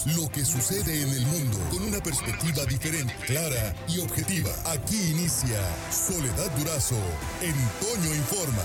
lo que sucede en el mundo con una perspectiva diferente, clara y objetiva. Aquí inicia Soledad Durazo en Toño Informa.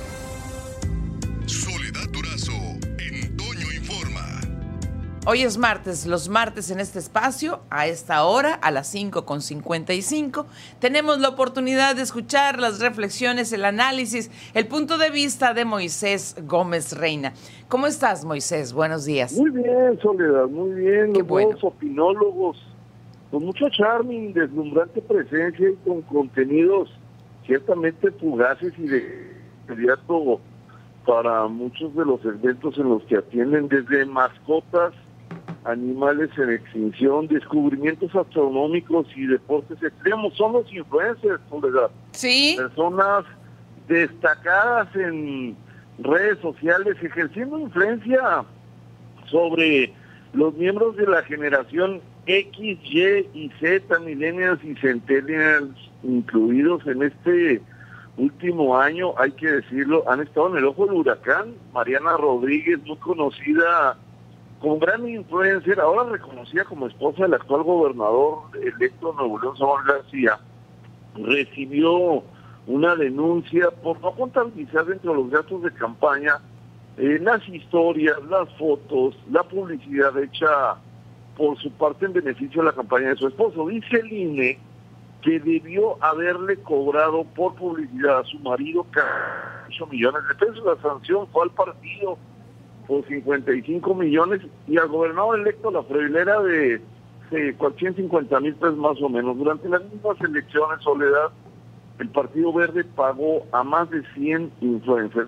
Soledad Durazo en Toño Informa. Hoy es martes, los martes en este espacio, a esta hora, a las 5:55, tenemos la oportunidad de escuchar las reflexiones, el análisis, el punto de vista de Moisés Gómez Reina. ¿Cómo estás, Moisés? Buenos días. Muy bien, Soledad, muy bien. Qué Los bueno. dos opinólogos, con mucho charme, deslumbrante presencia y con contenidos ciertamente fugaces y de inmediato para muchos de los eventos en los que atienden, desde mascotas, animales en extinción, descubrimientos astronómicos y deportes extremos. Son los influencers, Soledad. Sí. Personas destacadas en redes sociales ejerciendo influencia sobre los miembros de la generación X, Y y Z, millennials y centennials incluidos en este último año, hay que decirlo, han estado en el ojo del huracán. Mariana Rodríguez, muy conocida como gran influencer, ahora reconocida como esposa del actual gobernador electo de Nuevo León, Samuel García, recibió una denuncia por no contabilizar dentro de los gastos de campaña las historias, las fotos, la publicidad hecha por su parte en beneficio de la campaña de su esposo. Dice el INE que debió haberle cobrado por publicidad a su marido 8 millones de pesos. La sanción fue al partido por 55 millones y al gobernador electo la friolera de 150 mil pesos más o menos. Durante las mismas elecciones, Soledad, el Partido Verde pagó a más de 100 influencers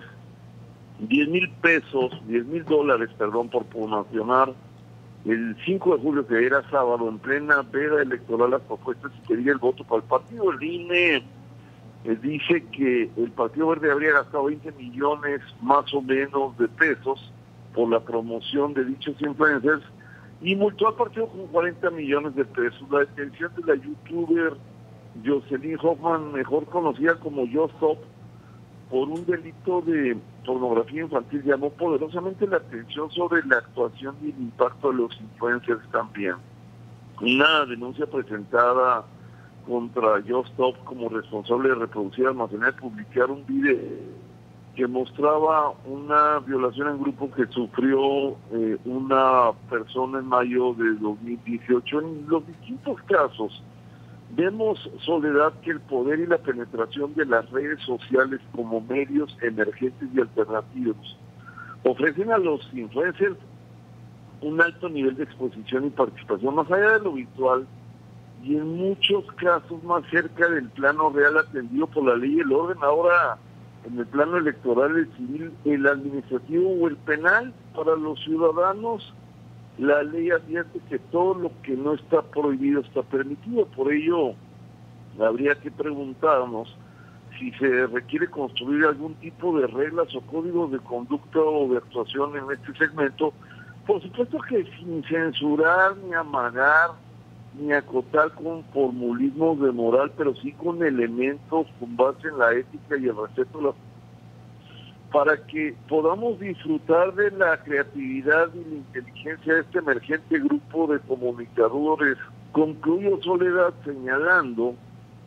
$10,000, por promocionar el 5 de julio, que era sábado, en plena veda electoral, las propuestas y pedía el voto para el partido. El INE dice que el Partido Verde habría gastado 20 millones más o menos de pesos por la promoción de dichos influencers y multó al partido con 40 millones de pesos. La detención de la youtuber Jocelyn Hoffman, mejor conocida como Yostop, por un delito de pornografía infantil, llamó poderosamente la atención sobre la actuación y el impacto de los influencers también. Una denuncia presentada contra Yostop como responsable de reproducir, almacenar y publicar un video que mostraba una violación en grupo que sufrió una persona en mayo de 2018. En los distintos casos vemos, Soledad, que el poder y la penetración de las redes sociales como medios emergentes y alternativos ofrecen a los influencers un alto nivel de exposición y participación más allá de lo virtual y en muchos casos más cerca del plano real atendido por la ley y el orden. Ahora, en el plano electoral, el civil, el administrativo o el penal, para los ciudadanos, la ley advierte que todo lo que no está prohibido está permitido. Por ello, habría que preguntarnos si se requiere construir algún tipo de reglas o códigos de conducta o de actuación en este segmento. Por supuesto que sin censurar, ni amagar, ni acotar con formulismos de moral, pero sí con elementos con base en la ética y el respeto para que podamos disfrutar de la creatividad y la inteligencia de este emergente grupo de comunicadores. Concluyo, Soledad, señalando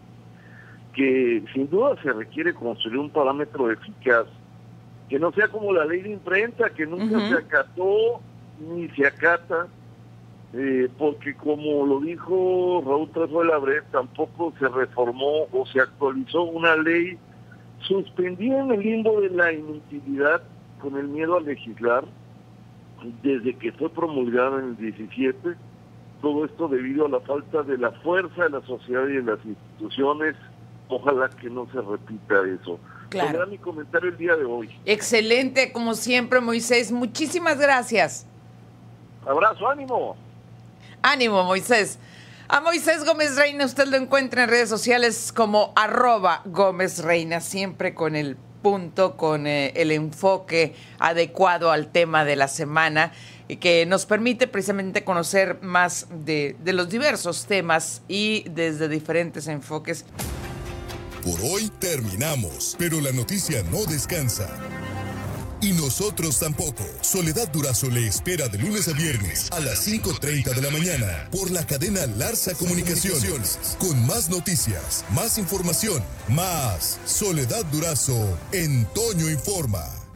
que sin duda se requiere construir un parámetro eficaz, que no sea como la ley de imprenta, que nunca se acató ni se acata, porque como lo dijo Raúl Trejo de la Bret, tampoco se reformó o se actualizó una ley suspendida en el limbo de la inutilidad con el miedo a legislar desde que fue promulgada en el 17. Todo esto debido a la falta de la fuerza de la sociedad y de las instituciones. Ojalá que no se repita eso. Claro. Será mi comentario el día de hoy. Excelente, como siempre, Moisés. Muchísimas gracias. Abrazo, ánimo. Ánimo, Moisés. A Moisés Gómez Reina usted lo encuentra en redes sociales como @Gómez Reina, siempre con el punto, con el enfoque adecuado al tema de la semana, y que nos permite precisamente conocer más de los diversos temas y desde diferentes enfoques. Por hoy terminamos, pero la noticia no descansa. Y nosotros tampoco. Soledad Durazo le espera de lunes a viernes a las 5:30 de la mañana por la cadena Larsa Comunicaciones. Con más noticias, más información, más Soledad Durazo en Toño Informa.